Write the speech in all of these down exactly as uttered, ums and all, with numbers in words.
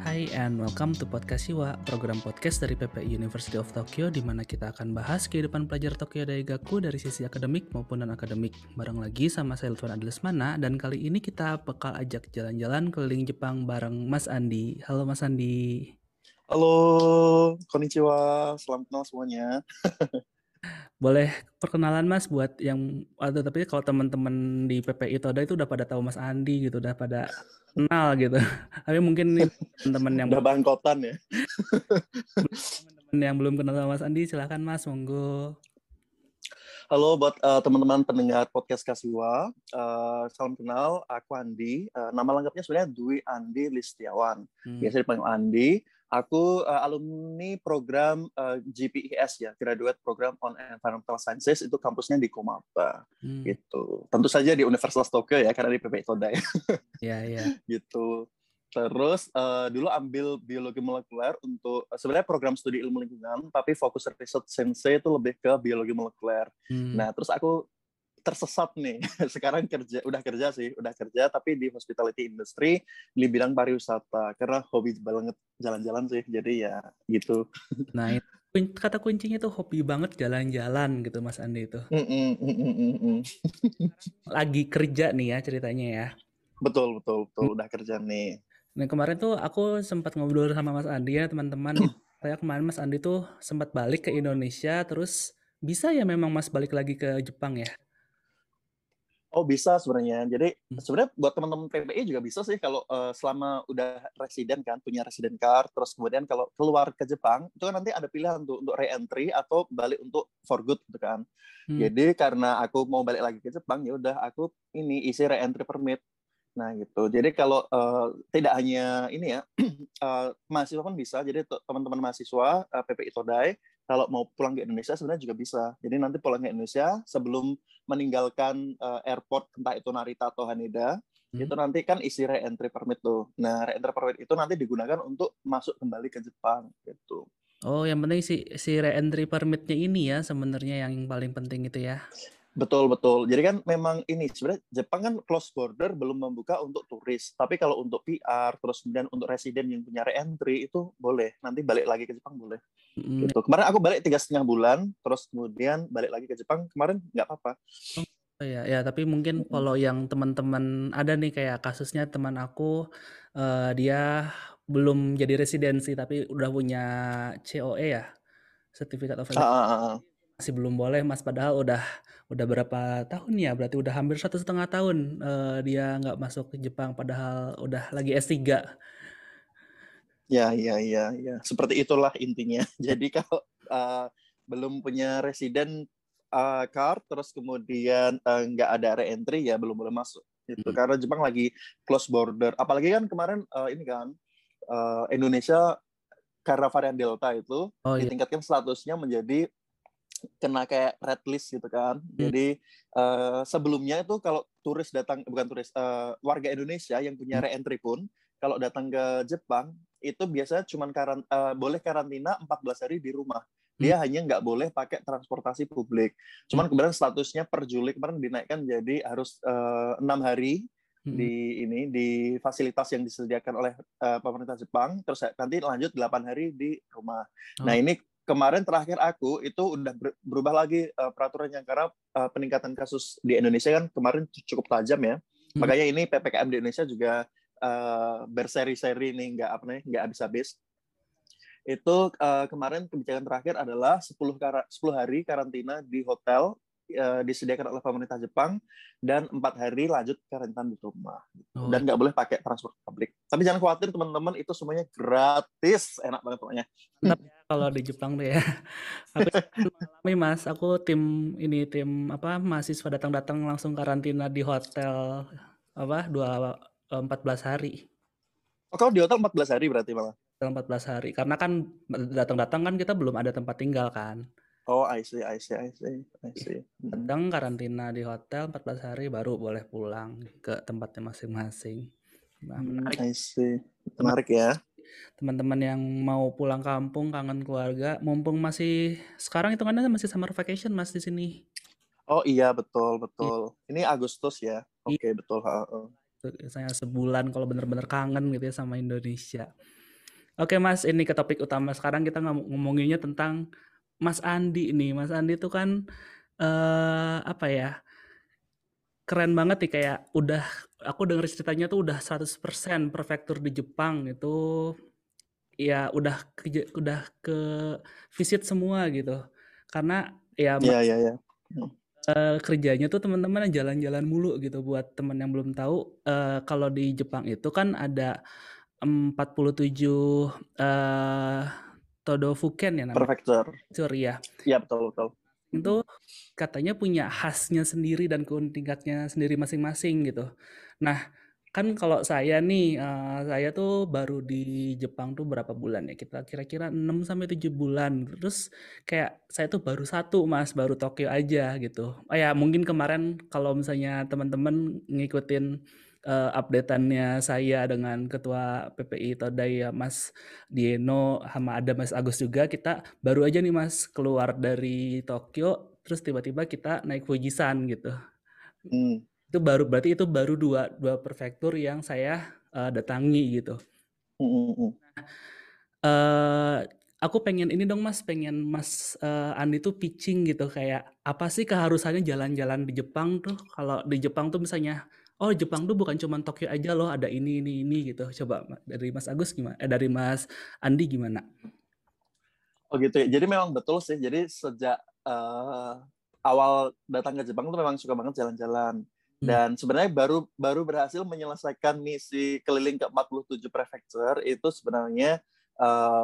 Hai and welcome to Podcast Siwa, program podcast dari P P I University of Tokyo di mana kita akan bahas kehidupan pelajar Tokyo Daigaku dari sisi akademik maupun non-akademik. Bareng lagi sama saya Lutfi Adlesmana dan kali ini kita bakal ajak jalan-jalan keliling Jepang bareng Mas Andi. Halo Mas Andi. Halo, konnichiwa, selamat kenal semuanya. Boleh perkenalan Mas buat yang aduh tapi kalau teman-teman di P P I Toda itu udah pada tahu Mas Andi gitu, udah pada kenal gitu. Tapi mungkin nih teman-teman yang Udah bangkotan ya. teman-teman yang belum kenal sama Mas Andi, silakan Mas, monggo. Halo buat uh, teman-teman pendengar podcast Kasiwa. Uh, salam kenal, aku Andi. Uh, nama lengkapnya sebenarnya Dwi Andi Listiawan. Hmm. Biasa dipanggil Andi. Aku uh, alumni program uh, G P I S ya, Graduate Program on Environmental Sciences, itu kampusnya di Komapa. Hmm. Gitu. Tentu saja di Universitas Tokyo ya, karena di P P I Toda ya. Iya, iya. Gitu. Terus uh, dulu ambil biologi molekuler untuk uh, sebenarnya program studi ilmu lingkungan, tapi fokus riset sensei itu lebih ke biologi molekuler. Hmm. Nah, terus aku tersesat nih. Sekarang kerja, udah kerja sih, udah kerja, tapi di hospitality industry di bidang pariwisata. Karena hobi banget jalan-jalan sih, jadi ya gitu. Nah, itu kata kuncinya tuh hobi banget jalan-jalan gitu, Mas Andi itu. Mm -mm, mm -mm, mm -mm. Lagi kerja nih ya ceritanya ya. Betul, betul, betul. Udah kerja nih. Nah, kemarin tuh aku sempat ngobrol sama Mas Andi ya, teman-teman. Kayak kemarin Mas Andi tuh sempat balik ke Indonesia, terus bisa ya memang Mas balik lagi ke Jepang ya? Oh bisa sebenarnya. Jadi sebenarnya buat teman-teman P P I juga bisa sih kalau uh, selama udah residen kan, punya resident card, terus kemudian kalau keluar ke Jepang, itu kan nanti ada pilihan tuh untuk re-entry atau balik untuk for good gitu kan. Hmm. Jadi karena aku mau balik lagi ke Jepang, ya udah aku ini isi re-entry permit. Nah gitu. Jadi kalau uh, tidak hanya ini ya, uh, mahasiswa pun bisa. Jadi teman-teman mahasiswa uh, P P I Todai kalau mau pulang ke Indonesia sebenarnya juga bisa. Jadi nanti pulang ke Indonesia sebelum meninggalkan uh, airport entah itu Narita atau Haneda, hmm. itu nanti kan isi re-entry permit tuh. Nah re-entry permit itu nanti digunakan untuk masuk kembali ke Jepang gitu. Oh, yang penting si si re-entry permitnya ini ya sebenarnya yang paling penting itu ya. Betul, betul. Jadi kan memang ini sebenarnya Jepang kan close border belum membuka untuk turis. Tapi kalau untuk P R, terus kemudian untuk residen yang punya re-entry itu boleh. Nanti balik lagi ke Jepang boleh. Mm. Gitu. Kemarin aku balik tiga setengah bulan, terus kemudian balik lagi ke Jepang. Kemarin nggak apa-apa. Oh ya, ya tapi mungkin mm-hmm. kalau yang teman-teman ada nih kayak kasusnya teman aku, uh, dia belum jadi residensi tapi udah punya C O E ya, Certificate of Election. Ah, ah, ah. Masih belum boleh Mas, padahal udah udah berapa tahun ya, berarti udah hampir satu setengah tahun uh, dia nggak masuk ke Jepang padahal udah lagi S tiga. Ya, ya, ya, ya. Seperti itulah intinya. Jadi kalau uh, belum punya residen uh, card, terus kemudian uh, nggak ada re-entry, ya belum boleh masuk. Gitu. Hmm. Karena Jepang lagi close border. Apalagi kan kemarin uh, ini kan uh, Indonesia karena varian Delta itu oh, ditingkatkan iya. statusnya menjadi kena kayak red list gitu kan. Hmm. Jadi uh, sebelumnya itu kalau turis datang, bukan turis, uh, warga Indonesia yang punya hmm. re-entry pun, kalau datang ke Jepang, itu biasanya cuma karant, uh, boleh karantina empat belas hari di rumah. Dia hmm. hanya nggak boleh pakai transportasi publik. Cuman hmm. kemudian statusnya per Juli kemarin dinaikkan jadi harus enam uh, hari hmm. di ini di fasilitas yang disediakan oleh uh, pemerintah Jepang, terus nanti lanjut delapan hari di rumah. Oh. Nah ini kemarin terakhir aku itu udah berubah lagi uh, peraturannya karena uh, peningkatan kasus di Indonesia kan kemarin cukup tajam ya. Hmm. Makanya ini P P K M di Indonesia juga uh, berseri-seri nih, nggak apa nih, nggak habis-habis. Itu uh, kemarin kebijakan terakhir adalah sepuluh hari karantina di hotel uh, disediakan oleh pemerintah Jepang dan empat hari lanjut karantina di rumah. Oh. Dan nggak boleh pakai transport publik. Tapi jangan khawatir teman-teman, itu semuanya gratis, enak banget pokoknya. Mantap ya kalau di Jepang tuh ya. Aku mengalami Mas, aku tim ini tim apa mahasiswa datang-datang langsung karantina di hotel apa dua empat belas hari. Oh, kalau di hotel empat belas hari berarti malah. empat belas hari. Karena kan datang-datang kan kita belum ada tempat tinggal kan. Oh, I see, I see, I see, I see. Datang karantina di hotel empat belas hari baru boleh pulang ke tempatnya masing-masing. Nah, menarik. I see. Menarik ya. Teman-teman yang mau pulang kampung, kangen keluarga, mumpung masih sekarang hitungannya masih summer vacation Mas di sini. Oh iya, betul, betul. Iya. Ini Agustus ya. Oke, okay, betul. Saya sebulan kalau benar-benar kangen gitu ya sama Indonesia. Oke Mas, ini ke topik utama. Sekarang kita ngom ngomonginnya tentang Mas Andi nih. Mas Andi tuh kan, eee, apa ya, keren banget nih kayak udah aku denger ceritanya tuh udah seratus persen prefektur di Jepang itu ya udah keja udah ke visit semua gitu. Karena ya Iya, Mas, iya, iya. Hmm. eee, kerjanya tuh teman-teman jalan-jalan mulu gitu. Buat temen yang belum tahu, eee, kalau di Jepang itu kan ada empat puluh tujuh, eee, Todofuken ya namanya, Prefektur. sur ya. Iya, betul, betul. Mhm. Itu katanya punya khasnya sendiri dan keunikannya sendiri masing-masing gitu. Nah, kan kalau saya nih, eee, saya tuh baru di Jepang tuh berapa bulan ya, kita kira-kira enam sampai tujuh bulan. Terus kayak saya tuh baru satu Mas, baru Tokyo aja gitu. Oh ya mungkin kemarin kalau misalnya teman-teman ngikutin, eee, update-annya saya dengan Ketua P P I Todai ya Mas Dieno, sama ada Mas Agus juga, kita baru aja nih Mas keluar dari Tokyo, terus tiba-tiba kita naik Fujisan gitu. Hmm. Itu baru berarti itu baru dua dua prefektur yang saya, eee, datangi gitu. Mhm, mhm. Eee, aku pengen ini dong Mas, pengen Mas, eee, Andi tuh pitching gitu kayak apa sih keharusannya jalan-jalan di Jepang tuh? Kalau di Jepang tuh misalnya, oh Jepang tuh bukan cuman Tokyo aja loh, ada ini ini ini gitu. Coba ma dari Mas Agus gimana eh, dari Mas Andi gimana? Oh gitu ya. Jadi memang betul sih. Jadi sejak uh, awal datang ke Jepang tuh memang suka banget jalan-jalan. Mmm, Dan sebenarnya baru baru berhasil menyelesaikan misi keliling ke empat puluh tujuh prefektur itu sebenarnya uh,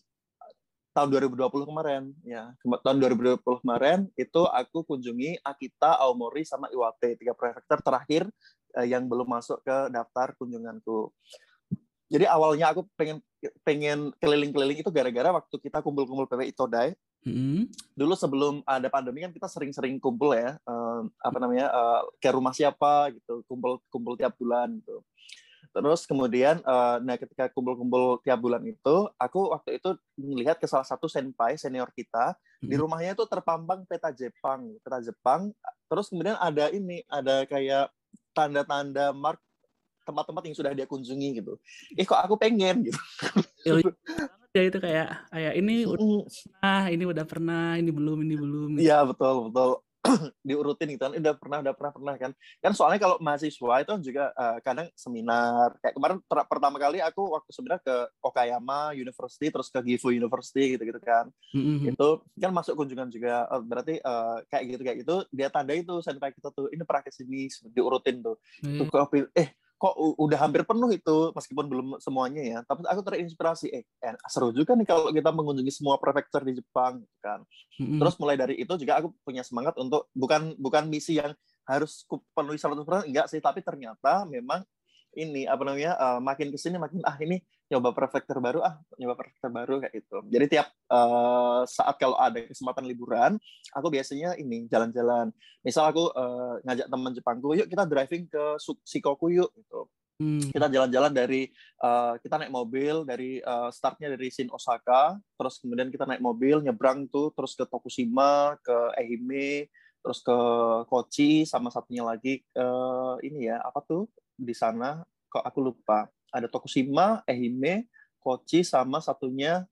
tahun dua ribu dua puluh kemarin ya. Tahun dua ribu dua puluh kemarin itu aku kunjungi Akita, Aomori sama Iwate, tiga prefektur terakhir uh, yang belum masuk ke daftar kunjunganku. Jadi awalnya aku pengen pengen keliling-keliling itu gara-gara waktu kita kumpul-kumpul P P I Todai. mhm, Dulu sebelum ada pandemi kan kita sering-sering kumpul ya, uh, apa namanya, uh, ke rumah siapa gitu, kumpul-kumpul tiap bulan gitu. Terus kemudian, uh, nah ketika kumpul-kumpul tiap bulan itu, aku waktu itu melihat ke salah satu senpai senior kita, di mhm. rumahnya itu terpampang peta Jepang, peta Jepang. Terus kemudian ada ini, ada kayak tanda-tanda mark tempat-tempat yang sudah dia kunjungi gitu. Eh kok aku pengen gitu. Ilfil banget ya itu kayak kayak ini udah pernah, ini udah pernah, ini belum ini belum gitu. Iya betul betul diurutin gitu kan udah pernah udah pernah pernah kan kan soalnya kalau mahasiswa itu kan juga uh, kadang seminar kayak kemarin ter- pertama kali aku waktu sebenarnya ke Okayama University terus ke Gifu University gitu gitu kan Mhm, mhm. itu kan masuk kunjungan juga. Oh, berarti uh, kayak gitu kayak gitu dia tanda itu senpai kita tuh ini pernah kesini diurutin tuh tuh Iya, kok eh kok u- udah hampir penuh itu meskipun belum semuanya ya tapi aku terinspirasi eh, eh seru juga nih kalau kita mengunjungi semua prefektur di Jepang gitu kan. mhm, Terus mulai dari itu juga aku punya semangat untuk bukan bukan misi yang harus penuhi seratus persen enggak sih, tapi ternyata memang ini apa namanya uh, makin kesini makin ah ini nyoba prefektur baru ah nyoba prefektur baru kayak gitu. Jadi tiap uh, saat kalau ada kesempatan liburan, aku biasanya ini jalan-jalan. Misal aku uh, ngajak teman Jepangku, yuk kita driving ke Shikoku yuk gitu. mmm, Kita jalan-jalan dari uh, kita naik mobil dari uh, startnya dari Shin Osaka, terus kemudian kita naik mobil nyebrang tuh terus ke Tokushima, ke Ehime, terus ke Kochi sama satunya lagi uh, ini ya apa tuh di sana kok aku lupa ada Tokushima, Ehime, Kochi sama satunya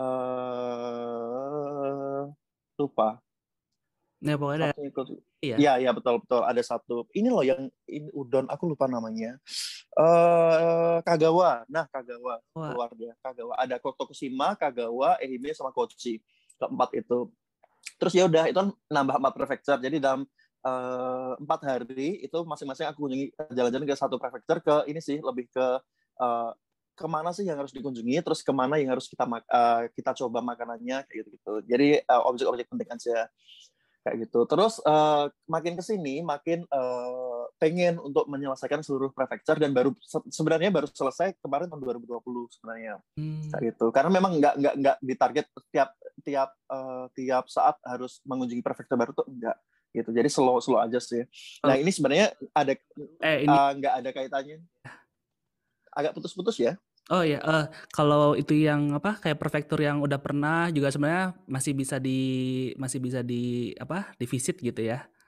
uh, lupa ya pokoknya ada satunya ikut. ya? Iya, iya betul betul ada satu. Ini loh yang ini udon aku lupa namanya. Eh Kagawa. Nah, Kagawa Wah, keluar dia. Kagawa ada Tokushima, Kagawa, Ehime sama Kochi. Keempat itu. Terus ya udah itu kan nambah empat prefektur. Jadi dalam eh, empat hari itu masing-masing aku kunjungi jalan-jalan ke satu prefektur ke ini sih lebih ke eh, kemana sih yang harus dikunjungi, terus kemana yang harus kita uh, kita coba makanannya kayak gitu gitu. Jadi uh, objek-objek penting aja kayak gitu. Terus uh, makin kesini makin uh, pengen untuk menyelesaikan seluruh prefektur dan baru se- sebenarnya baru selesai kemarin tahun dua ribu dua puluh sebenarnya mmm, kayak gitu. Karena memang nggak nggak nggak ditarget tiap tiap uh, tiap saat harus mengunjungi prefektur baru tuh enggak gitu. Jadi slow slow aja sih. Nah kalau ini sebenarnya ada eh, ini uh, nggak ada kaitannya, agak putus-putus ya. oh ya, eee, kalau itu yang apa, kayak prefektur yang udah pernah juga sebenarnya masih bisa di masih bisa di apa, di-visit gitu ya?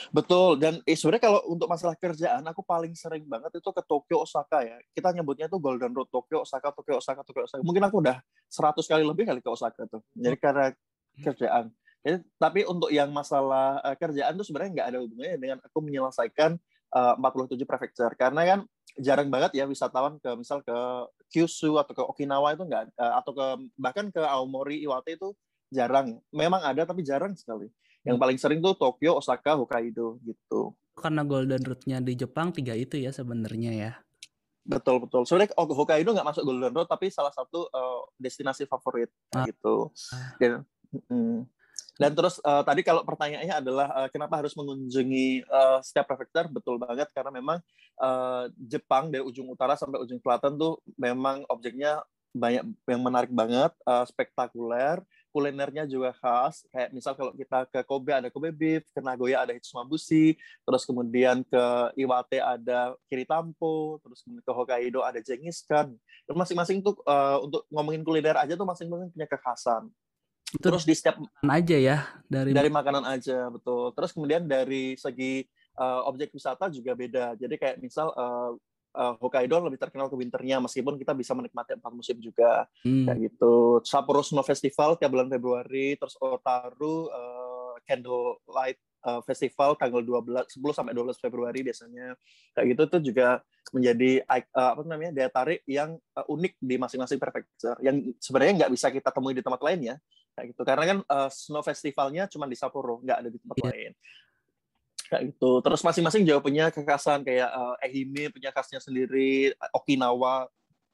Betul, dan eh, sebenarnya kalau untuk masalah kerjaan, aku paling sering banget itu ke Tokyo, Osaka ya. Kita nyebutnya itu Golden Road, Tokyo, Osaka, Tokyo, Osaka, Tokyo, Osaka. Mungkin aku udah seratus kali lebih kali ke Osaka tuh. Jadi Oh, karena kerjaan. Jadi, tapi untuk yang masalah uh, kerjaan tuh sebenarnya nggak ada hubungannya dengan aku menyelesaikan uh, empat puluh tujuh prefecture. Karena kan jarang banget ya wisatawan ke misal ke Kyushu atau ke Okinawa itu nggak, uh, atau ke bahkan ke Aomori, Iwate itu jarang. Memang ada tapi jarang sekali. Yang paling sering tuh Tokyo, Osaka, Hokkaido gitu. karena Golden Route-nya di Jepang tiga itu ya sebenarnya ya. Betul betul. Sebenarnya Hokkaido nggak masuk Golden Road tapi salah satu uh, destinasi favorit Ah, kayak gitu. Dan mm, dan terus uh, tadi kalau pertanyaannya adalah uh, kenapa harus mengunjungi uh, setiap prefektur, betul banget karena memang uh, Jepang dari ujung utara sampai ujung selatan tuh memang objeknya banyak yang menarik banget, uh, spektakuler, kulinernya juga khas. Kayak misal kalau kita ke Kobe ada Kobe beef, ke Nagoya ada Hitsumabushi, terus kemudian ke Iwate ada Kiritampo, terus kemudian ke Hokkaido ada Genghis Khan. Dan masing-masing tuh uh, untuk ngomongin kuliner aja tuh masing-masing punya kekhasan. itu Terus di setiap aja ya dari dari makanan aja, betul. Terus kemudian dari segi uh, objek wisata juga beda. Jadi kayak misal uh, uh, Hokkaido lebih terkenal ke winternya, meskipun kita bisa menikmati empat musim juga. hmm, Kayak gitu. Sapporo Snow Festival tiap bulan Februari, terus Otaru uh, Candlelight uh, Festival tanggal dua belas, sepuluh sampai dua belas Februari biasanya. Kayak gitu tuh juga menjadi uh, apa namanya daya tarik yang uh, unik di masing-masing prefecture yang sebenarnya nggak bisa kita temui di tempat lain ya. Kayak gitu. Karena kan uh, snow festivalnya cuma di Sapporo, nggak ada di tempat iya. lain. Kayak gitu. Terus masing-masing juga punya kekhasan kayak uh, Ehime punya khasnya sendiri, Okinawa,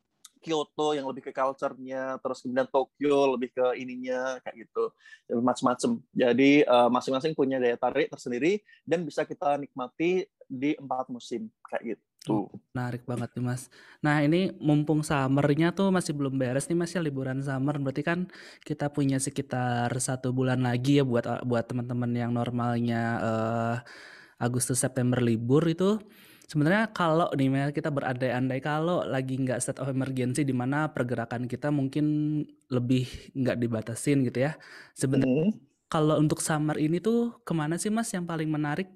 Kyoto yang lebih ke culture-nya, terus kemudian Tokyo lebih ke ininya kayak gitu. Macam-macam. Jadi uh, masing-masing punya daya tarik tersendiri dan bisa kita nikmati di empat musim kayak Oh, gitu. menarik banget nih Mas. Nah ini mumpung summer-nya tuh masih belum beres nih Mas ya, liburan summer. Berarti kan kita punya sekitar satu bulan lagi ya buat buat teman-teman yang normalnya eh, Agustus September libur itu. Sebenarnya kalau nih Mas, kita berandai-andai kalau lagi nggak state of emergency di mana pergerakan kita mungkin lebih nggak dibatasin gitu ya. Sebenarnya Mm-hmm. kalau untuk summer ini tuh kemana sih Mas yang paling menarik?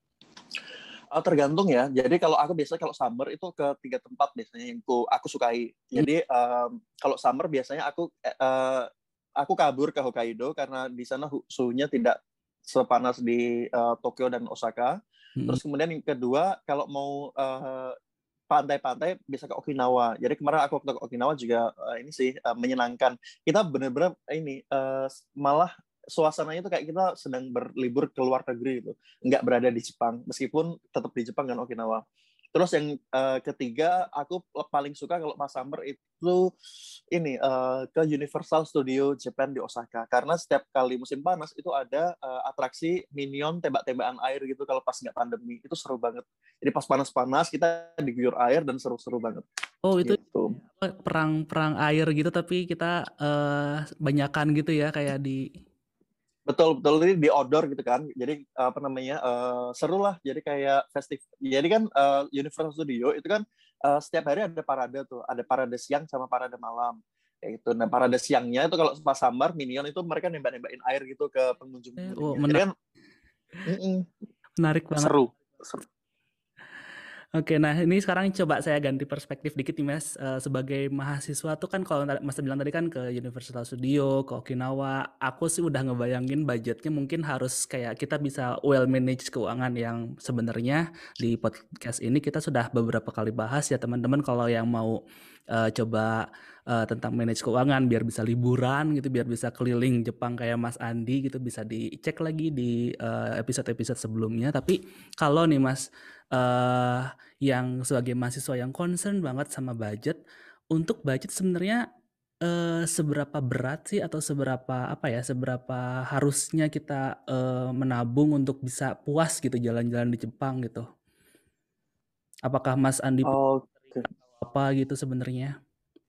Uh, tergantung ya. Jadi kalau aku biasanya kalau summer itu ke tiga tempat biasanya yang aku, aku sukai. Hmm, Jadi um, kalau summer biasanya aku uh, aku kabur ke Hokkaido karena di sana suhunya tidak sepanas di uh, Tokyo dan Osaka. hmm, Terus kemudian yang kedua kalau mau uh, pantai-pantai bisa ke Okinawa. Jadi kemarin aku waktu ke Okinawa juga uh, ini sih uh, menyenangkan. Kita benar-benar ini uh, malah suasananya itu kayak kita sedang berlibur ke luar negeri gitu, nggak berada di Jepang, meskipun tetap di Jepang kan Okinawa. Terus yang uh, ketiga, aku paling suka kalau pas summer itu ini uh, ke Universal Studio Japan di Osaka, karena setiap kali musim panas itu ada uh, atraksi Minion tembak-tembakan air gitu kalau pas nggak pandemi, itu seru banget. Jadi pas panas-panas kita diguyur air dan seru-seru banget. Oh itu Gitu. apa, perang-perang air gitu tapi kita eh banyakan gitu ya kayak di Betul betul ini di outdoor gitu kan. Jadi apa namanya uh, seru lah. Jadi kayak festif. Jadi kan uh, Universal Studio itu kan uh, setiap hari ada parade tuh. Ada parade siang sama parade malam. Kayak gitu. Nah parade siangnya itu kalau pas summer Minion itu mereka nembak-nembakin air gitu ke eh, oh, pengunjung-pengunjungnya. Jadi mena- kan mm-mm, menarik banget. seru. Seru. Oke, nah ini sekarang coba saya ganti perspektif dikit nih Mas. Eh, sebagai mahasiswa tuh kan kalau tadi- Mas bilang tadi kan ke Universal Studio, ke Okinawa, aku sih udah ngebayangin budgetnya mungkin harus kayak kita bisa well manage keuangan yang sebenarnya di podcast ini kita sudah beberapa kali bahas ya teman-teman kalau yang mau eh, coba eh, tentang manage keuangan biar bisa liburan gitu, biar bisa keliling Jepang kayak Mas Andi gitu bisa dicek lagi di eh, episode-episode sebelumnya. Tapi kalau nih Mas eh yang sebagai mahasiswa yang concern banget sama budget, untuk budget sebenarnya eh, seberapa berat sih atau seberapa apa ya, seberapa harusnya kita eh, menabung untuk bisa puas gitu jalan-jalan di Jepang gitu. Apakah Mas Andi punya Oke. apa gitu sebenarnya?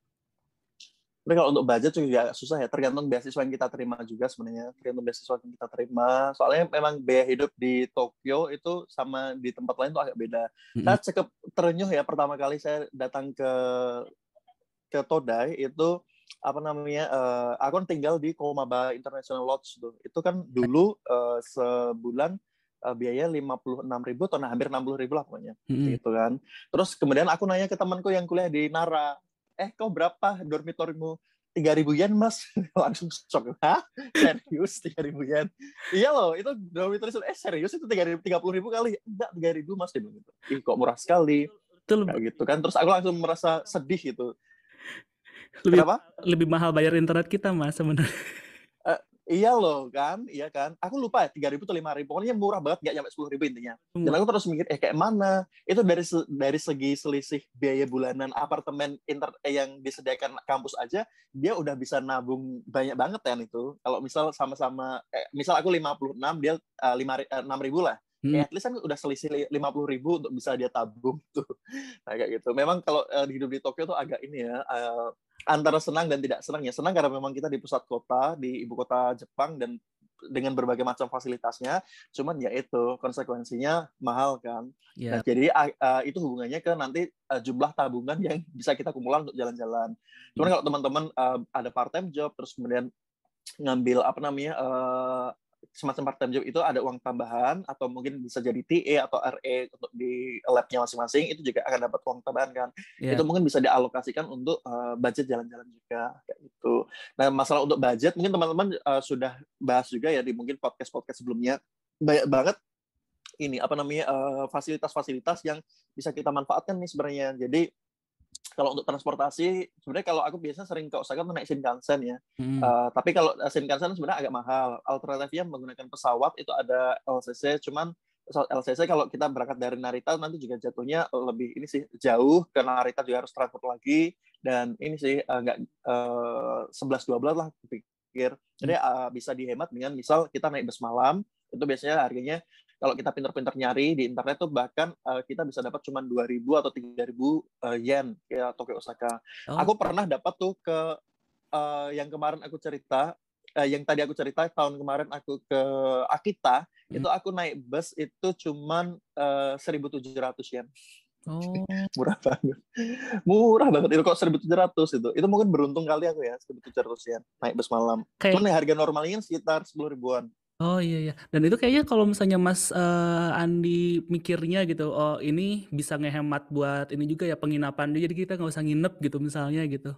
Tapi kalau untuk budget juga agak susah ya, tergantung beasiswa yang kita terima juga sebenarnya, tergantung beasiswa yang kita terima. Soalnya memang biaya hidup di Tokyo itu sama di tempat lain tuh agak beda. Saya Mm-mm. cukup terenyuh ya pertama kali saya datang ke ke Todai itu apa namanya, uh, aku kan tinggal di Komaba International Lodge tuh. Itu kan dulu uh, sebulan uh, biaya lima puluh enam ribu atau nah, hampir enam puluh ribu lah pokoknya. Mm-mm. Gitu kan. Terus kemudian aku nanya ke temanku yang kuliah di Nara, eh kau berapa dormitorimu? tiga ribu yen mas. Langsung shock. Hah? Serius tiga ribu yen? Iya loh, itu dormitory. Eh serius itu tiga puluh ribu kali? Enggak, tiga ribu mas. Dia bilang gitu. Ih kok murah sekali. Itu lebih, Kayak gitu kan. Terus aku langsung merasa sedih gitu. lebih Kenapa? lebih mahal bayar internet kita mas sebenarnya. Uh, iya loh kan, iya kan. Aku lupa ya tiga ribu atau lima ribu. Pokoknya murah banget, nggak nyampe sepuluh ribu intinya. Dan aku terus mikir, eh kayak mana? Itu dari dari segi selisih biaya bulanan apartemen inter eh, yang disediakan kampus aja, dia udah bisa nabung banyak banget kan itu. Kalau misal sama-sama, eh, misal aku lima puluh enam, dia uh, enam ribu lah. Hmm. Ya, at least kan udah selisih lima puluh ribu untuk bisa dia tabung tuh. Nah, kayak gitu. Memang kalau uh, hidup di Tokyo tuh agak ini ya, uh, antara senang dan tidak senang ya. Senang karena memang kita di pusat kota, di ibu kota Jepang dan dengan berbagai macam fasilitasnya, cuman ya itu konsekuensinya mahal kan. Yeah. Nah, jadi uh, itu hubungannya ke nanti uh, jumlah tabungan yang bisa kita kumpulan untuk jalan-jalan. Cuman hmm. kalau teman-teman uh, ada part time job terus kemudian ngambil apa namanya uh, semacam part time job itu ada uang tambahan atau mungkin bisa jadi T A atau R A untuk di labnya masing-masing, itu juga akan dapat uang tambahan kan. Yeah. Itu mungkin bisa dialokasikan untuk uh, budget jalan-jalan juga kayak gitu. Nah, masalah untuk budget mungkin teman-teman uh, sudah bahas juga ya di mungkin podcast-podcast sebelumnya. Banyak banget ini apa namanya uh, fasilitas-fasilitas yang bisa kita manfaatkan nih sebenarnya. Jadi kalau untuk transportasi, sebenarnya kalau aku biasanya sering ke Osaka tuh naik Shinkansen ya. Hmm. Uh, tapi kalau Shinkansen sebenarnya agak mahal. Alternatifnya menggunakan pesawat itu ada L C C, cuman L C C kalau kita berangkat dari Narita nanti juga jatuhnya lebih ini sih jauh, ke Narita juga harus transport lagi dan ini sih nggak uh, sebelas dua belas lah pikir. Jadi uh, bisa dihemat dengan misal kita naik bus malam, itu biasanya harganya kalau kita pinter-pinter nyari di internet tuh bahkan uh, kita bisa dapat cuma dua ribu atau tiga ribu uh, yen ya Tokyo Osaka. Oh. Aku pernah dapat tuh ke uh, yang kemarin aku cerita, uh, yang tadi aku cerita tahun kemarin aku ke Akita, hmm. itu aku naik bus itu cuma uh, seribu tujuh ratus yen. Oh. Murah banget. Murah banget itu kok seribu tujuh ratus itu. Itu mungkin beruntung kali aku ya seribu tujuh ratus yen naik bus malam. Okay. Cuman ya harga normalnya sekitar sepuluh ribuan. Oh iya iya. Dan itu kayaknya kalau misalnya Mas uh, Andi mikirnya gitu, oh ini bisa ngehemat buat ini juga ya penginapan dia, jadi kita nggak usah nginep gitu misalnya gitu.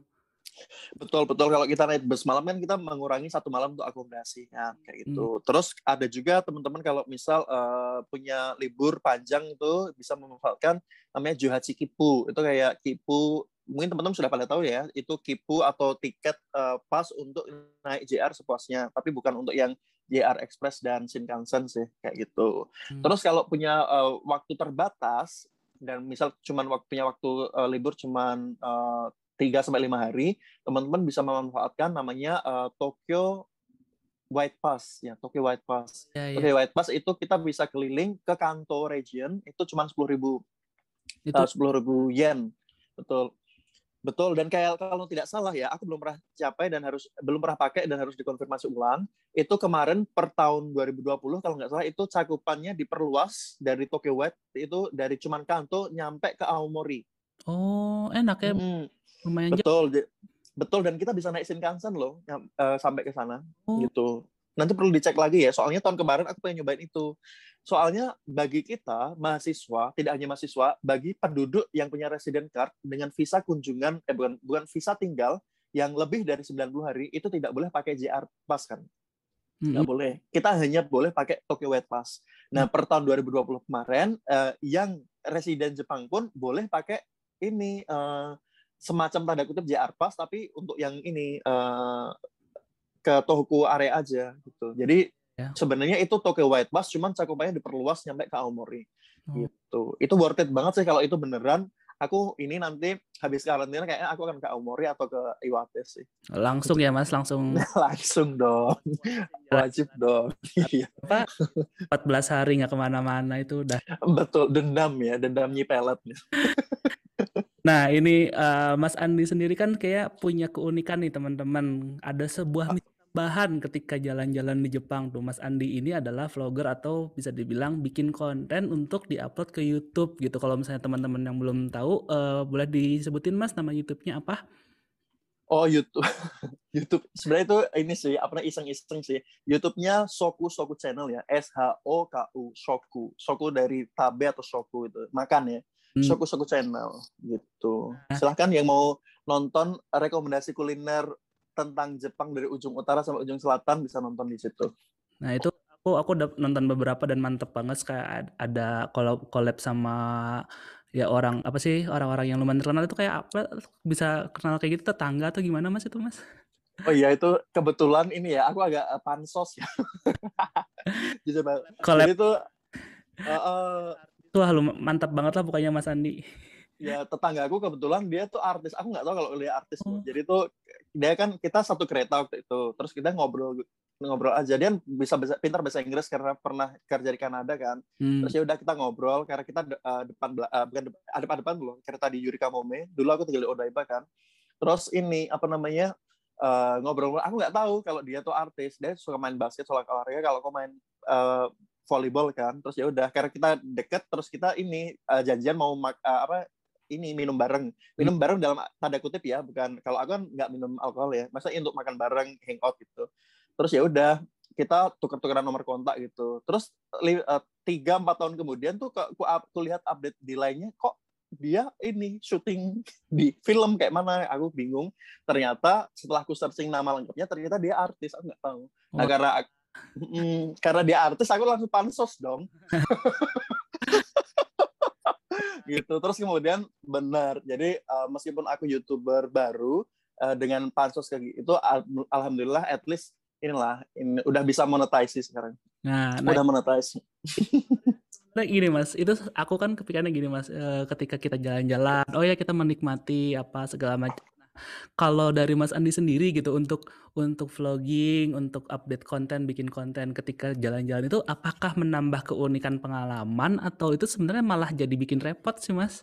Betul betul kalau kita naik bus malam kan kita mengurangi satu malam untuk akomodasi ya kayak gitu. Hmm. Terus ada juga teman-teman kalau misal uh, punya libur panjang itu bisa memanfaatkan namanya Johachi Kipu. Itu kayak Kipu, mungkin teman-teman sudah pada tahu ya, itu Kipu atau tiket uh, pas untuk naik J R sepuasnya, tapi bukan untuk yang J R Express dan Shinkansen sih kayak gitu. Hmm. Terus kalau punya uh, waktu terbatas dan misal cuman waktu punya waktu uh, libur cuman uh, tiga sampai lima hari, teman-teman bisa memanfaatkan namanya uh, Tokyo White Pass ya, Tokyo White Pass. Yeah, Tokyo yeah. White Pass itu kita bisa keliling ke Kanto region itu cuma sepuluh ribu. Itu uh, sepuluh ribu yen. Betul. Betul, dan kayak kalau tidak salah ya, aku belum pernah capai dan harus belum pernah pakai dan harus dikonfirmasi ulang. Itu kemarin per tahun dua ribu dua puluh kalau nggak salah itu cakupannya diperluas dari Tokyo White itu dari cuman Kanto nyampe ke Aomori. Oh, enak ya. Hmm, lumayan betul, jauh. Betul, dan kita bisa naik Shinkansen loh uh, sampai ke sana oh. gitu. Nanti perlu dicek lagi ya, soalnya tahun kemarin aku pengen nyobain itu. Soalnya bagi kita mahasiswa, tidak hanya mahasiswa, bagi penduduk yang punya resident card dengan visa kunjungan, eh bukan bukan visa tinggal yang lebih dari sembilan puluh hari, itu tidak boleh pakai J R Pass kan? Nggak mm-hmm. boleh. Kita hanya boleh pakai Tokyo White Pass. Nah, mm-hmm. per tahun dua ribu dua puluh kemarin, uh, yang resident Jepang pun boleh pakai ini uh, semacam tanda kutip J R Pass, tapi untuk yang ini uh, ke Tohoku area aja gitu. Jadi ya. Sebenarnya itu Tokyo White Pass, cuman cakupannya diperluas nyampe ke Aomori. Oh. Gitu. Itu worth it banget sih kalau itu beneran. Aku ini nanti habis karantina kayaknya aku akan ke Aomori atau ke Iwate sih. Langsung ya Mas, langsung. Langsung dong. Wajib dong. Apa? empat belas hari nggak kemana-mana itu udah. Betul, dendam ya, dendam nyipeletnya. Nah ini uh, Mas Andi sendiri kan kayak punya keunikan nih teman-teman. Ada sebuah misi tambahan ketika jalan-jalan di Jepang tuh. Mas Andi ini adalah vlogger atau bisa dibilang bikin konten untuk diupload ke YouTube gitu. Kalau misalnya teman-teman yang belum tahu, uh, boleh disebutin Mas nama YouTube-nya apa? Oh YouTube, YouTube sebenarnya itu ini sih apa namanya iseng-iseng sih. YouTube-nya Soku Soku Channel ya, S H O K U Soku. Soku dari tabe atau Soku itu makan ya. Hmm. Soku Soku Channel gitu. Silahkan yang mau nonton rekomendasi kuliner tentang Jepang dari ujung utara sampai ujung selatan bisa nonton di situ. Nah itu aku aku udah nonton beberapa dan mantep banget, kayak ada collab collab sama ya orang apa sih orang-orang yang lumayan terkenal itu, kayak apa bisa kenal kayak gitu, tetangga atau gimana Mas itu Mas? Oh iya itu kebetulan ini ya aku agak uh, pansos ya. Jadi, Collab jadi tuh uh, uh, itu wah, lu mantap banget lah pokoknya Mas Andi. ya tetangga aku kebetulan dia tuh artis. Aku nggak tahu kalau dia artis loh. Oh. Jadi tuh dia kan kita satu kereta waktu itu. Terus kita ngobrol ngobrol aja. Dia bisa, bisa pintar bahasa Inggris karena pernah kerja di Kanada kan. Hmm. Terus ya udah kita ngobrol karena kita uh, depan uh, bukan depan, depan depan dulu kereta di Yurika Mome. Dulu aku tinggal di Odaiba kan. Terus ini apa namanya uh, ngobrol. Aku nggak tahu kalau dia tuh artis. Dia suka main basket, soal olahraga. Kalau aku main uh, volleyball kan. Terus ya udah karena kita deket. Terus kita ini uh, janjian mau mak, uh, apa ini minum bareng, minum bareng dalam tanda kutip ya, bukan kalau aku kan nggak minum alkohol ya, masa untuk makan bareng, hangout gitu. Terus ya udah kita tuker-tukeran nomor kontak gitu. Terus tiga empat tahun kemudian tuh aku, aku lihat update di lainnya kok dia ini syuting di film kayak mana, aku bingung. Ternyata setelah aku searching nama lengkapnya ternyata dia artis, aku nggak tahu. Nah, karena mm, karena dia artis aku langsung pansos dong. Gitu. Terus kemudian benar. Jadi uh, meskipun aku YouTuber baru uh, dengan pansos kayak gitu, al- alhamdulillah at least inilah ini udah bisa monetize sih sekarang. Nah, nah udah monetize. Nah gini Mas, itu aku kan kepikirannya gini Mas, eh, ketika kita jalan-jalan, oh ya kita menikmati apa segala macam. Nah, kalau dari Mas Andi sendiri gitu untuk untuk vlogging, untuk update konten, bikin konten ketika jalan-jalan itu apakah menambah keunikan pengalaman atau itu sebenarnya malah jadi bikin repot sih Mas?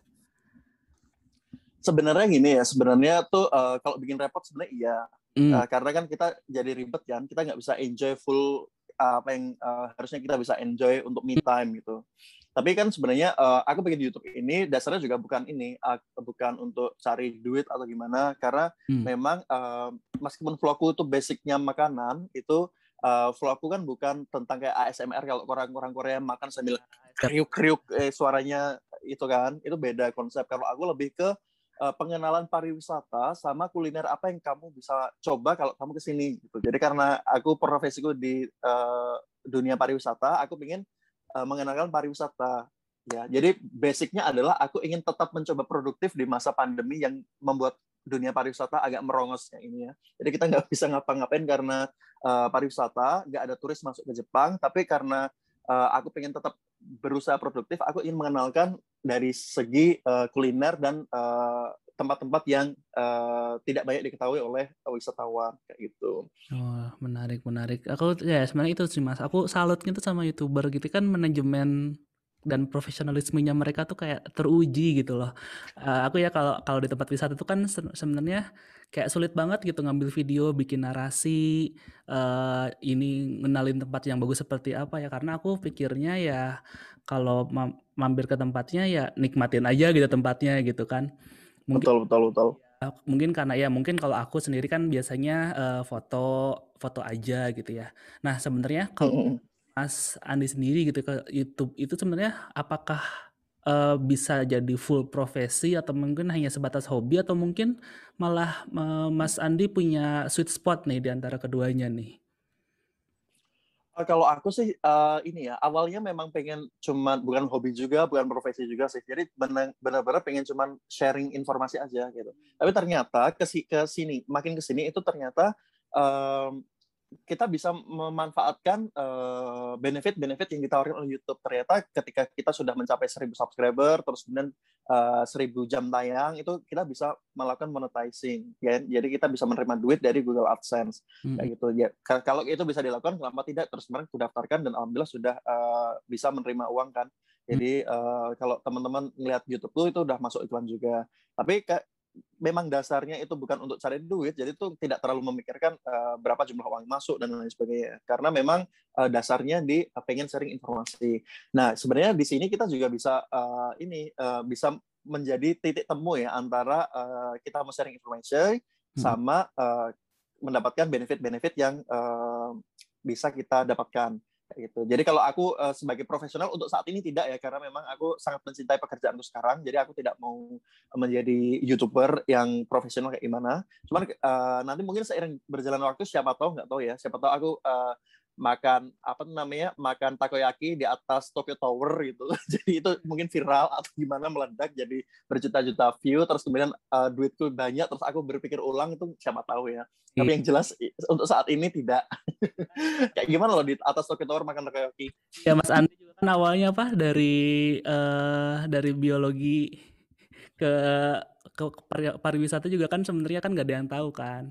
Sebenarnya gini ya, sebenarnya tuh uh, kalau bikin repot sebenarnya iya, Hmm. uh, karena kan kita jadi ribet kan, kita nggak bisa enjoy full uh, apa yang uh, harusnya kita bisa enjoy untuk me time gitu. Tapi kan sebenarnya uh, aku bikin YouTube ini dasarnya juga bukan ini, uh, bukan untuk cari duit atau gimana, karena Hmm. memang uh, meskipun vlogku itu basicnya makanan, itu uh, vlogku kan bukan tentang kayak A S M R kalau orang-orang Korea makan sambil kriuk-kriuk eh, suaranya itu kan, itu beda konsep. Kalau aku lebih ke uh, pengenalan pariwisata sama kuliner apa yang kamu bisa coba kalau kamu kesini gitu. Jadi karena aku profesiku di uh, dunia pariwisata, aku ingin uh, mengenalkan pariwisata. Ya, jadi basicnya adalah aku ingin tetap mencoba produktif di masa pandemi yang membuat dunia pariwisata agak merongos ya ini ya. Jadi kita nggak bisa ngapa-ngapain karena uh, pariwisata, nggak ada turis masuk ke Jepang, tapi karena uh, aku pengen tetap berusaha produktif, aku ingin mengenalkan dari segi uh, kuliner dan uh, tempat-tempat yang uh, tidak banyak diketahui oleh wisatawan kayak gitu. Oh, menarik, menarik. Aku ya sebenarnya itu sih Mas. Aku salutnya tuh sama YouTuber gitu kan, manajemen dan profesionalismenya mereka tuh kayak teruji gitu loh. Uh, aku ya kalau kalau di tempat wisata itu kan se- sebenarnya kayak sulit banget gitu ngambil video, bikin narasi, uh, ini ngenalin tempat yang bagus seperti apa ya. Karena aku pikirnya ya kalau mam- mampir ke tempatnya ya nikmatin aja gitu tempatnya gitu kan. Mungkin Betul, betul, betul. Uh, mungkin karena ya mungkin kalau aku sendiri kan biasanya uh, foto foto aja gitu ya. Nah sebenarnya kalau Mm-mm. Mas Andi sendiri gitu ke YouTube itu sebenarnya apakah uh, bisa jadi full profesi atau mungkin hanya sebatas hobi atau mungkin malah uh, Mas Andi punya sweet spot nih di antara keduanya nih? Uh, kalau aku sih uh, ini ya awalnya memang pengen cuman bukan hobi juga bukan profesi juga sih, jadi benar-benar pengen cuman sharing informasi aja gitu. Tapi ternyata ke sini makin ke sini itu ternyata um, kita bisa memanfaatkan uh, benefit-benefit yang ditawarkan oleh YouTube. Ternyata ketika kita sudah mencapai seribu subscriber, terus kemudian uh, seribu jam tayang, itu kita bisa melakukan monetizing. Ya? Jadi kita bisa menerima duit dari Google AdSense. Mm-mm. Kayak gitu. Ya, kalau itu bisa dilakukan, kenapa tidak? Terus kemarin aku daftarkan dan alhamdulillah sudah uh, bisa menerima uang kan. Jadi uh, kalau teman-teman ngelihat YouTube tuh itu udah masuk iklan juga. Tapi memang dasarnya itu bukan untuk cari duit, jadi itu tidak terlalu memikirkan uh, berapa jumlah uang masuk dan lain sebagainya. Karena memang uh, dasarnya di uh, pengen sharing informasi. Nah, sebenarnya di sini kita juga bisa uh, ini uh, bisa menjadi titik temu ya antara uh, kita mau sharing informasi sama uh, mendapatkan benefit-benefit yang uh, bisa kita dapatkan. Gitu. Jadi kalau aku uh, sebagai profesional untuk saat ini tidak ya, karena memang aku sangat mencintai pekerjaanku sekarang, jadi aku tidak mau menjadi YouTuber yang profesional kayak gimana. Cuman uh, nanti mungkin seiring berjalan waktu, siapa tahu, nggak tahu ya, siapa tahu aku uh, makan apa namanya makan takoyaki di atas Tokyo Tower gitu. Jadi itu mungkin viral atau gimana, meledak jadi berjuta-juta view, terus kemudian uh, duitku banyak, terus aku berpikir ulang, itu siapa tahu ya. Tapi yang jelas untuk saat ini tidak. Kayak gimana loh di atas Tokyo Tower makan takoyaki? Ya Mas Andi juga kan awalnya apa dari eh, dari biologi ke ke pari- pariwisata juga kan sebenarnya kan nggak ada yang tahu kan.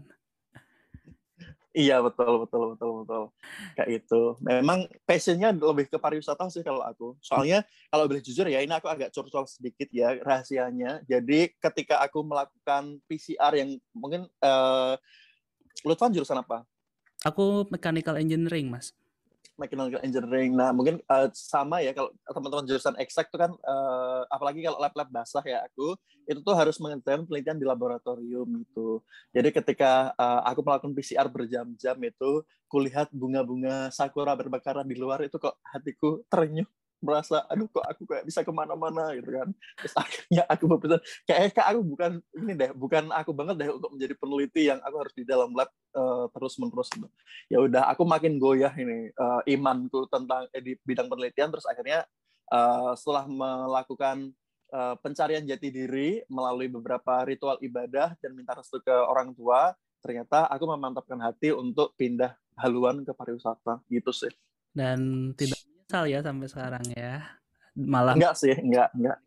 Iya, betul, betul, betul, betul. Kayak itu. Memang passionnya lebih ke pariwisata sih kalau aku. Soalnya kalau boleh jujur ya, ini aku agak curcol sedikit ya rahasianya. Jadi ketika aku melakukan P C R yang mungkin uh, Lutfan jurusan apa? Aku mechanical engineering, Mas. Mechanical engineering. Nah, mungkin uh, sama ya kalau teman-teman jurusan eksak itu kan, uh, apalagi kalau lab-lab basah ya aku, itu tuh harus mengerjakan penelitian di laboratorium gitu. Jadi ketika uh, aku melakukan P C R berjam-jam itu, kulihat bunga-bunga sakura berbekaran di luar, itu kok hatiku terenyuh, merasa aduh kok aku kayak bisa kemana-mana gitu kan. Terus akhirnya aku berpikir kayak kak aku bukan ini deh, bukan aku banget deh untuk menjadi peneliti yang aku harus di dalam lab uh, terus-menerus. Ya udah, aku makin goyah ini uh, imanku tentang eh, di bidang penelitian. Terus akhirnya uh, setelah melakukan uh, pencarian jati diri melalui beberapa ritual ibadah dan minta restu ke orang tua, ternyata aku memantapkan hati untuk pindah haluan ke pariwisata gitu sih. Dan tidak menyesal ya sampai sekarang ya. Malah. Enggak sih, enggak, enggak.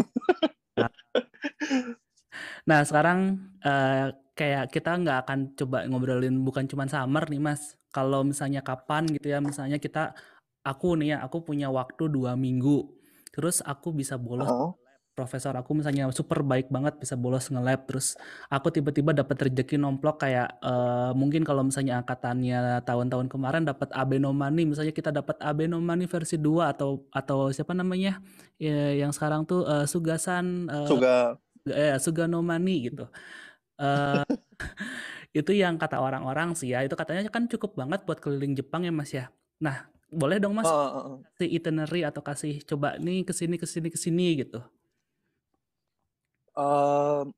Nah sekarang uh, kayak kita nggak akan coba ngobrolin bukan cuma summer nih Mas. Kalau misalnya kapan gitu ya, misalnya kita, aku nih ya, aku punya waktu dua minggu, terus aku bisa bolos. Uh-oh. Profesor aku misalnya super baik banget bisa bolos nge-lab, terus aku tiba-tiba dapat rezeki nomplok kayak uh, mungkin kalau misalnya angkatannya tahun-tahun kemarin dapat Abenomani, misalnya kita dapat Abenomani versi dua atau atau siapa namanya ya, yang sekarang tuh uh, Sugasan uh, Suga. eh, Suganomani gitu. Uh, itu yang kata orang-orang sih ya, itu katanya kan cukup banget buat keliling Jepang ya Mas ya. Nah boleh dong Mas Uh-uh. kasih itinerary atau kasih coba nih kesini kesini kesini gitu. Uh,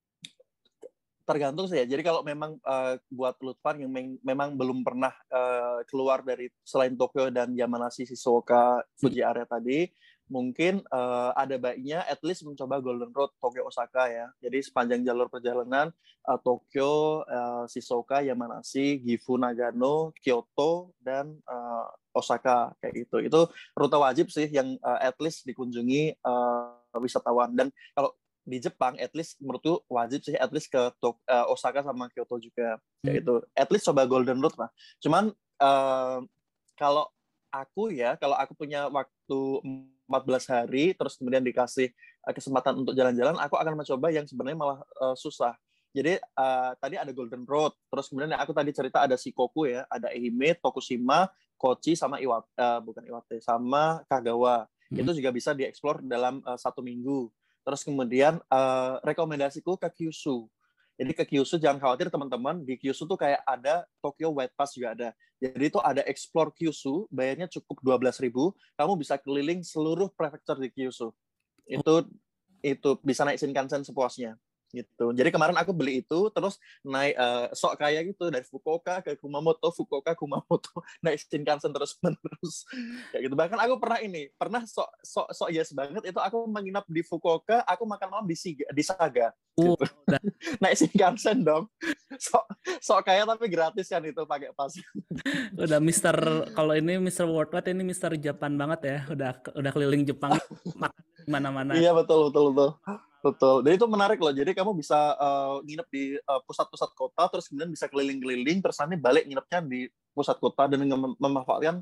tergantung sih ya. Jadi kalau memang uh, buat Lutfan yang meng- memang belum pernah uh, keluar dari selain Tokyo dan Yamanashi, Shizuoka, Fuji area tadi, mungkin uh, ada baiknya at least mencoba Golden Road Tokyo Osaka ya. Jadi sepanjang jalur perjalanan uh, Tokyo, uh, Shizuoka, Yamanashi, Gifu, Nagano, Kyoto, dan uh, Osaka kayak gitu. Itu rute wajib sih yang uh, at least dikunjungi uh, wisatawan. Dan kalau di Jepang, at least menurutku wajib sih at least ke Tok- uh, Osaka sama Kyoto juga kayak Hmm. itu. At least coba Golden Road lah. Cuman uh, kalau aku ya, kalau aku punya waktu empat belas hari terus kemudian dikasih uh, kesempatan untuk jalan-jalan, aku akan mencoba yang sebenarnya malah uh, susah. Jadi uh, tadi ada Golden Road, terus kemudian aku tadi cerita ada Shikoku ya, ada Ehime, Tokushima, Kochi sama Iwate, uh, bukan Iwate, sama Kagawa. Hmm. Itu juga bisa dieksplor dalam uh, satu minggu. Terus kemudian uh, rekomendasiku ke Kyushu. Jadi ke Kyushu jangan khawatir teman-teman, di Kyushu tuh kayak ada Tokyo White Pass juga ada. Jadi itu ada Explore Kyushu, bayarnya cukup dua belas ribu, kamu bisa keliling seluruh prefektur di Kyushu. Itu itu bisa naik Shinkansen sepuasnya gitu. Jadi kemarin aku beli itu terus naik uh, sok kayak gitu dari Fukuoka ke Kumamoto, Fukuoka Kumamoto, naik Shinkansen terus menerus kayak gitu. Bahkan aku pernah ini, pernah sok sok sok yes banget itu aku menginap di Fukuoka, aku makan malam di Siga, di Saga Uh, gitu. udah Naik Shinkansen dong. Sok sok kayak tapi gratis kan itu pakai pas. udah Mister kalau ini Mister Worldwide, ini Mister Japan banget ya. Udah udah keliling Jepang makan di mana-mana. Iya betul betul betul. Betul. Dan itu menarik loh. Jadi kamu bisa uh, nginep di uh, pusat-pusat kota, terus kemudian bisa keliling-keliling, terus nanti balik nginepnya di pusat kota dan mem- memanfaatkan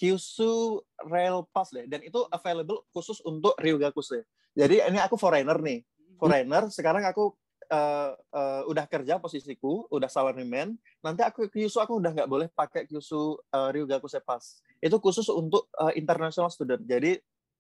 Kyushu Rail Pass deh. Dan itu available khusus untuk Ryugakusei. Jadi ini aku foreigner nih. Foreigner. Sekarang aku uh, uh, udah kerja posisiku, udah salaryman. Nanti aku ke Kyushu aku udah nggak boleh pakai Kyushu uh, Ryugakusei Pass. Itu khusus untuk uh, international student. Jadi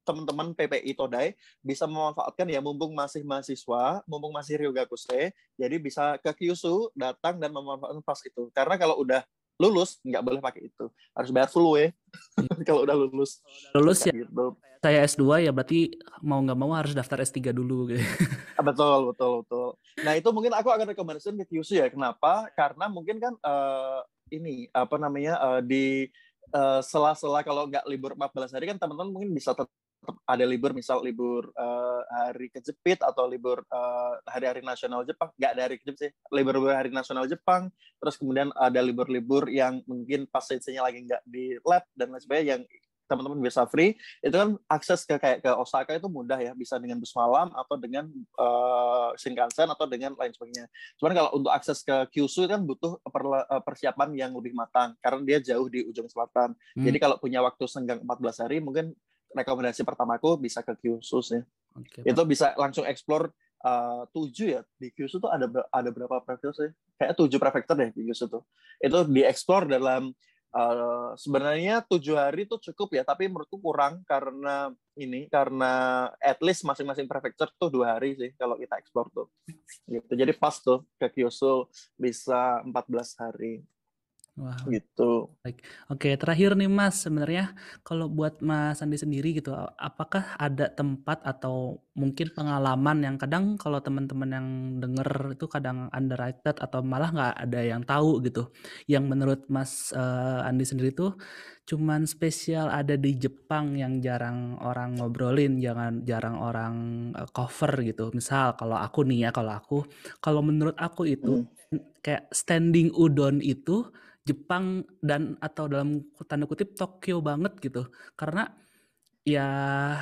teman-teman P P I Todai bisa memanfaatkan ya mumpung masih mahasiswa, mumpung masih Ryugakusei, jadi bisa ke Kyushu datang dan memanfaatkan pas itu. Karena kalau udah lulus nggak boleh pakai itu, harus bayar full ya kalau udah lulus. Lulus ya Kayak gitu. saya S dua ya berarti mau nggak mau harus daftar S tiga dulu gitu. Ah, betul, betul, betul. Nah itu mungkin aku akan rekomendasikan ke Kyushu ya. Kenapa? Karena mungkin kan uh, ini apa namanya uh, di uh, sela-sela kalau nggak libur empat belas hari kan teman-teman mungkin bisa tetap ada libur, misal libur uh, hari kejepit atau libur uh, hari-hari nasional Jepang. Nggak ada hari kejepit sih, libur hari nasional Jepang. Terus kemudian ada libur-libur yang mungkin pas nya lagi nggak di lab dan lain sebagainya yang teman-teman bisa free, itu kan akses ke kayak ke Osaka itu mudah ya, bisa dengan bus malam atau dengan uh, Shinkansen atau dengan lain sebagainya. Cuman kalau untuk akses ke Kyushu kan butuh persiapan yang lebih matang karena dia jauh di ujung selatan. Hmm. Jadi kalau punya waktu senggang empat belas hari, mungkin rekomendasi pertamaku bisa ke Kyushu sih. Oke, itu bisa langsung explore uh, tujuh ya di Kyushu tuh ada ada berapa prefektur sih? Kayak tujuh prefektur deh di Kyushu tuh. Itu di-explore dalam Uh, sebenarnya tujuh hari itu cukup ya, tapi menurutku kurang karena ini karena at least masing-masing prefecture tuh dua hari sih kalau kita explore tuh. Gitu. Jadi pas tuh ke Kyushu bisa empat belas hari. Wah, gitu. Baik. Oke, terakhir nih Mas, sebenarnya kalau buat Mas Andi sendiri gitu, apakah ada tempat atau mungkin pengalaman yang kadang kalau teman-teman yang denger itu kadang underrated atau malah nggak ada yang tahu gitu, yang menurut Mas uh, Andi sendiri tuh cuman spesial ada di Jepang yang jarang orang ngobrolin, jangan jarang orang uh, cover gitu. Misal kalau aku nih ya, kalau aku, kalau menurut aku itu hmm. kayak standing udon itu Jepang dan atau dalam tanda kutip Tokyo banget gitu, karena ya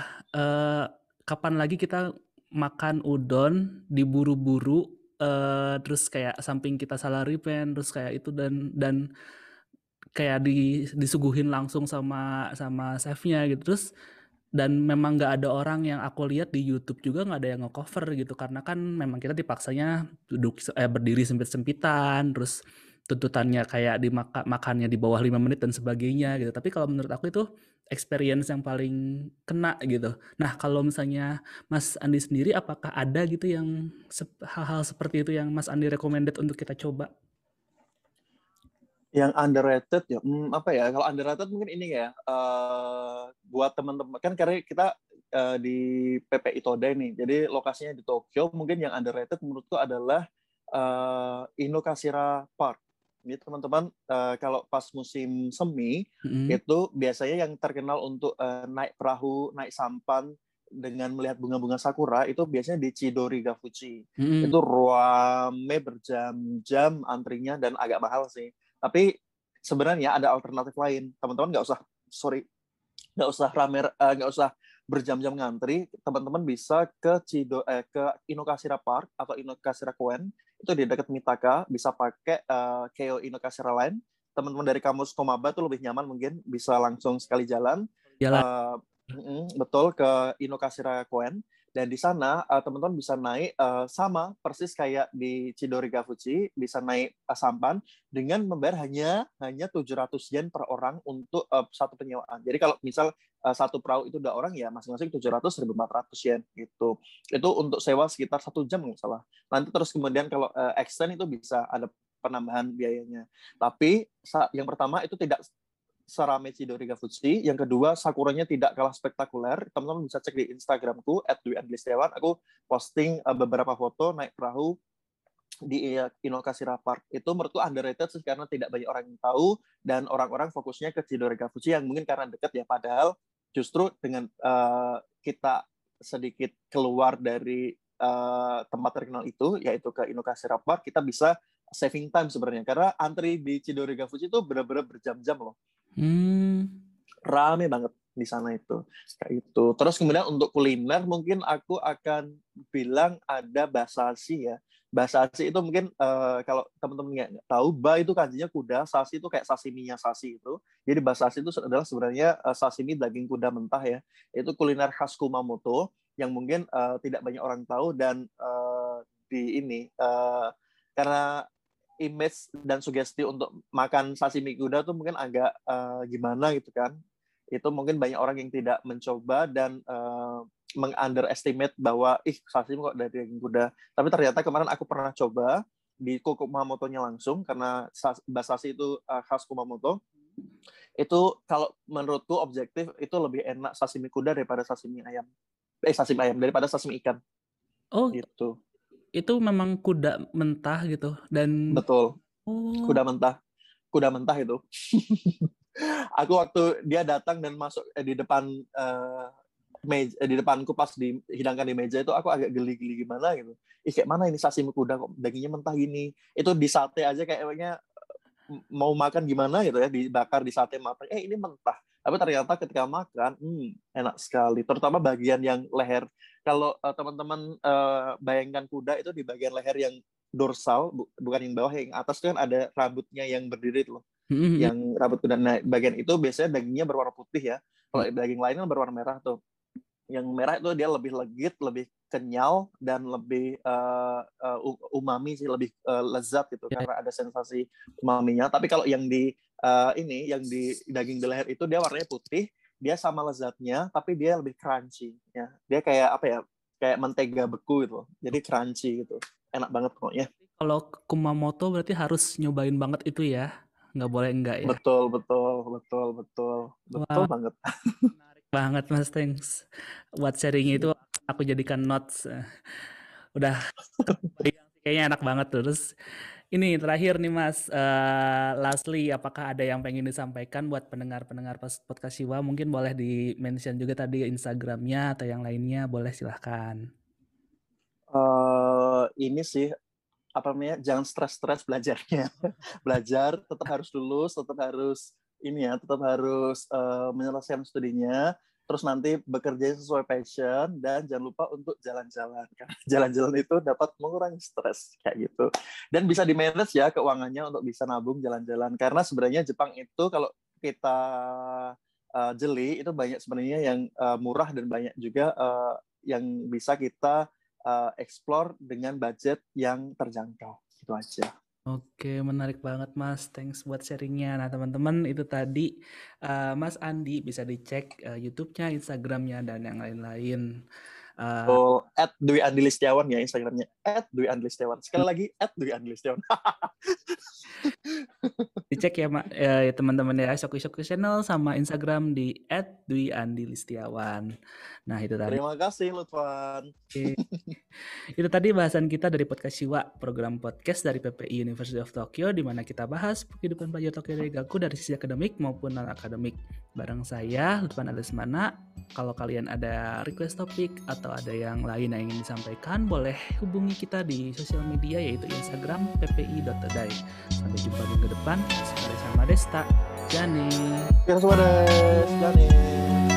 eh, kapan lagi kita makan udon diburu-buru, eh, terus kayak samping kita salaripen terus kayak itu dan dan kayak di, disuguhin langsung sama sama chefnya gitu, terus dan memang nggak ada orang yang aku lihat di YouTube juga nggak ada yang nge-cover gitu karena kan memang kita dipaksanya duduk eh, berdiri sempit-sempitan, terus tuntutannya kayak dimaka, makannya di bawah lima menit dan sebagainya gitu. Tapi kalau menurut aku itu experience yang paling kena gitu. Nah, kalau misalnya Mas Andi sendiri apakah ada gitu yang hal-hal seperti itu yang Mas Andi recommended untuk kita coba? Yang underrated ya, hmm, apa ya? Kalau underrated mungkin ini ya, uh, buat teman-teman kan karena kita uh, di P P I Todai nih, jadi lokasinya di Tokyo. Mungkin yang underrated menurutku adalah uh, Inokashira Park. Ini teman-teman uh, kalau pas musim semi mm-hmm. itu biasanya yang terkenal untuk uh, naik perahu, naik sampan dengan melihat bunga-bunga sakura itu biasanya di Chidori Gafuchi. Mm-hmm. Itu rame berjam-jam antrinya dan agak mahal sih. Tapi sebenarnya ada alternatif lain. Teman-teman nggak usah, sorry, nggak usah rame, nggak uh, usah berjam-jam ngantri. Teman-teman bisa ke Chido, eh, ke Inokashira Park atau Inokashira Koen. Itu di dekat Mitaka. Bisa pakai uh, Keio Inokashira Line. Teman-teman dari kampus Komaba tuh lebih nyaman mungkin. Bisa langsung sekali jalan. Jalan. Uh, mm, betul, ke Inokashira Koen. Dan di sana uh, teman-teman bisa naik uh, sama persis kayak di Chidori Gafuchi, bisa naik uh, sampan dengan membayar hanya hanya tujuh ratus yen per orang untuk uh, satu penyewaan. Jadi kalau misal uh, satu perahu itu dua orang ya masing-masing tujuh ratus seribu empat ratus yen gitu. Itu untuk sewa sekitar satu jam nggak salah. Nanti terus kemudian kalau uh, extend itu bisa ada penambahan biayanya. Tapi yang pertama itu tidak serame Chidori Gafuchi. Yang kedua, sakuranya tidak kalah spektakuler. Teman-teman bisa cek di Instagramku at dwi andri setiawan. Aku posting uh, beberapa foto naik perahu di Inokashira Park. Itu menurutku underrated sih karena tidak banyak orang yang tahu dan orang-orang fokusnya ke Chidori Gafuchi yang mungkin karena dekat ya. Padahal justru dengan uh, kita sedikit keluar dari uh, tempat terkenal itu, yaitu ke Inokashira Park, kita bisa saving time sebenarnya. Karena antri di Chidori Gafuchi itu benar-benar berjam-jam loh. Hmm. Rame banget di sana itu kayak itu. Terus kemudian untuk kuliner mungkin aku akan bilang ada basashi ya. Basashi itu mungkin uh, kalau teman-teman nggak tahu, ba itu kanjinya kuda, sashi itu kayak sashiminya sashi itu. Jadi basashi itu adalah sebenarnya uh, sashimi daging kuda mentah ya. Itu kuliner khas Kumamoto yang mungkin uh, tidak banyak orang tahu dan uh, di ini uh, karena image dan sugesti untuk makan sashimi kuda tuh mungkin agak uh, gimana gitu kan. itu mungkin banyak orang yang tidak mencoba dan uh, meng-underestimate bahwa ih sashimi kok dari daging kuda. Tapi ternyata kemarin aku pernah coba di Kumamoto-nya langsung, karena basashi itu uh, khas Kumamoto. Itu kalau menurutku objektif itu lebih enak sashimi kuda daripada sashimi ayam. Eh sashimi ayam daripada sashimi ikan. Oh, gitu. Itu memang kuda mentah gitu dan betul. Oh. Kuda mentah. Kuda mentah itu. Aku waktu dia datang dan masuk eh, di depan uh, meja, eh, di depanku pas dihidangkan di meja itu aku agak geli-geli gimana gitu. Ih kayak mana ini sashimi kuda kok dagingnya mentah gini. Itu di sate aja kayaknya mau makan gimana gitu ya, dibakar di sate matang. Eh ini mentah. Tapi ternyata ketika makan, hmm, enak sekali. Terutama bagian yang leher. Kalau uh, teman-teman uh, bayangkan kuda itu di bagian leher yang dorsal, bu- bukan yang bawah, yang atas itu kan ada rambutnya yang berdiri loh. Mm-hmm. Yang rambut kuda. Nah, bagian itu biasanya dagingnya berwarna putih ya. Kalau daging lainnya berwarna merah tuh. Yang merah itu dia lebih legit, lebih kenyal, dan lebih uh, uh, umami sih, lebih uh, lezat gitu, yeah. Karena ada sensasi umaminya. Tapi kalau yang di uh, ini, yang di daging di leher itu dia warnanya putih, dia sama lezatnya, tapi dia lebih crunchy. Ya. Dia kayak apa ya? Kayak mentega beku gitu. Jadi crunchy gitu. Enak banget pokoknya. Kalau Kumamoto berarti harus nyobain banget itu ya? Nggak boleh enggak ya? Betul, betul, betul, betul. Betul Wah, banget. Menarik banget Mas, thanks. Buat sharing itu aku jadikan notes. Udah kayaknya enak banget. Terus ini terakhir nih Mas, uh, lastly, apakah ada yang pengen disampaikan buat pendengar-pendengar podcast Shiwa? Mungkin boleh di-mention juga tadi Instagramnya atau yang lainnya, boleh silahkan. Uh, ini sih, apa namanya, jangan stres-stres belajarnya. Belajar, tetap harus lulus, tetap harus ini ya, tetap harus uh, menyelesaikan studinya, terus nanti bekerja sesuai passion, dan jangan lupa untuk jalan-jalan. Karena jalan-jalan itu dapat mengurangi stres, kayak gitu. Dan bisa di-manage ya keuangannya untuk bisa nabung jalan-jalan. Karena sebenarnya Jepang itu kalau kita uh, jeli, itu banyak sebenarnya yang uh, murah dan banyak juga uh, yang bisa kita uh, explore dengan budget yang terjangkau. Itu aja. Oke, menarik banget Mas. Thanks buat sharingnya. Nah teman-teman, itu tadi uh, Mas Andi, bisa dicek uh, YouTube-nya, Instagram-nya, dan yang lain-lain. Uh, oh, at Dwi Andi Listiawan ya Instagramnya. At Dwi Andi Listiawan. Sekali lagi, at Dwi Andi Listiawan. Dicek ya, ya teman-teman ya, Shoku Shoku Channel sama Instagram di at Dwi Andi Listiawan. Nah itu tadi. Terima kasih Lutfan. Oke. Itu tadi bahasan kita dari podcast Shiwa, program podcast dari P P I University of Tokyo, di mana kita bahas kehidupan pelajar Tokyo Daigaku dari sisi akademik maupun non-akademik. Bareng saya, Lutfan Alismana. Kalau kalian ada request topik atau ada yang lain yang ingin disampaikan, boleh hubungi kita di sosial media, yaitu Instagram p p i dot todai. Sampai jumpa minggu depan. Sama Desta, Jani. Jani.